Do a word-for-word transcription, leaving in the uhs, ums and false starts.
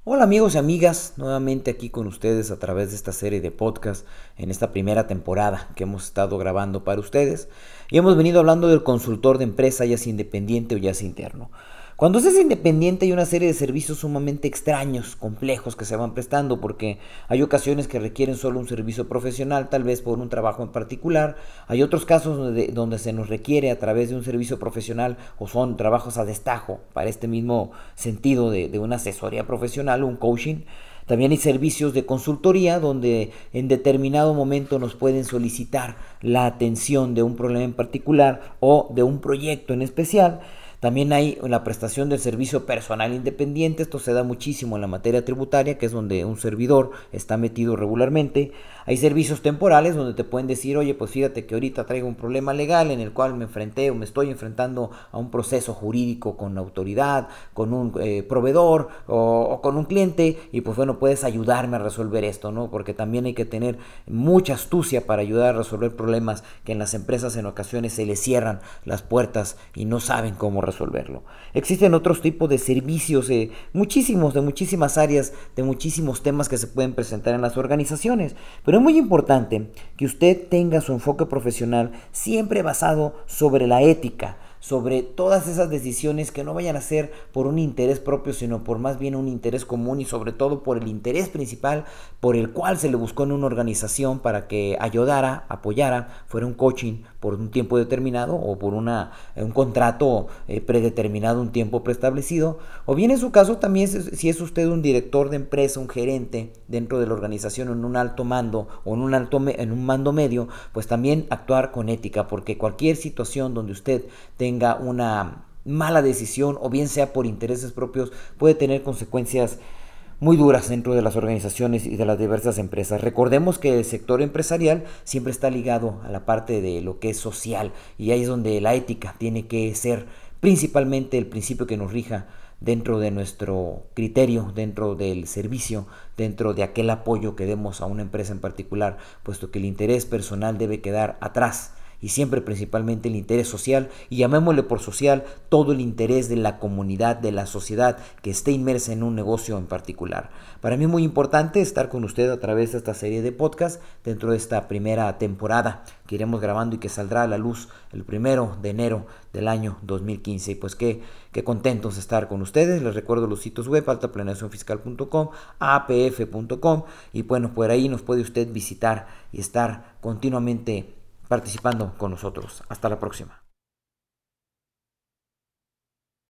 Hola amigos y amigas, nuevamente aquí con ustedes a través de esta serie de podcast en esta primera temporada que hemos estado grabando para ustedes y hemos venido hablando del consultor de empresa, ya sea independiente o ya sea interno. Cuando se es independiente hay una serie de servicios sumamente extraños, complejos que se van prestando porque hay ocasiones que requieren solo un servicio profesional, tal vez por un trabajo en particular. Hay otros casos donde, donde se nos requiere a través de un servicio profesional o son trabajos a destajo para este mismo sentido de, de una asesoría profesional, un coaching. También hay servicios de consultoría donde en determinado momento nos pueden solicitar la atención de un problema en particular o de un proyecto en especial. También hay la prestación del servicio personal independiente. Esto se da muchísimo en la materia tributaria, que es donde un servidor está metido regularmente. Hay servicios temporales donde te pueden decir, oye, pues fíjate que ahorita traigo un problema legal en el cual me enfrenté o me estoy enfrentando a un proceso jurídico con autoridad, con un eh, proveedor o, o con un cliente, y pues bueno, puedes ayudarme a resolver esto, ¿no? Porque también hay que tener mucha astucia para ayudar a resolver problemas que en las empresas en ocasiones se les cierran las puertas y no saben cómo resolverlo. Existen otros tipos de servicios, eh, muchísimos, de muchísimas áreas, de muchísimos temas que se pueden presentar en las organizaciones, pero es muy importante que usted tenga su enfoque profesional siempre basado sobre la ética, sobre todas esas decisiones que no vayan a ser por un interés propio, sino por más bien un interés común y sobre todo por el interés principal por el cual se le buscó en una organización para que ayudara, apoyara, fuera un coaching por un tiempo determinado o por una, un contrato eh, predeterminado, un tiempo preestablecido. O bien en su caso también si es usted un director de empresa, un gerente dentro de la organización en un alto mando o en un, alto, en un mando medio, pues también actuar con ética, porque cualquier situación donde usted tenga una mala decisión o bien sea por intereses propios puede tener consecuencias muy duras dentro de las organizaciones y de las diversas empresas. Recordemos que el sector empresarial siempre está ligado a la parte de lo que es social y ahí es donde la ética tiene que ser principalmente el principio que nos rija dentro de nuestro criterio, dentro del servicio, dentro de aquel apoyo que demos a una empresa en particular, puesto que el interés personal debe quedar atrás y siempre principalmente el interés social, y llamémosle por social todo el interés de la comunidad, de la sociedad que esté inmersa en un negocio en particular. Para mí es muy importante estar con usted a través de esta serie de podcast dentro de esta primera temporada que iremos grabando y que saldrá a la luz el primero de enero del año dos mil quince. Y pues qué, qué contentos de estar con ustedes. Les recuerdo los sitios web alta planeación fiscal punto com, a p f punto com, y bueno, por ahí nos puede usted visitar y estar continuamente participando con nosotros. Hasta la próxima.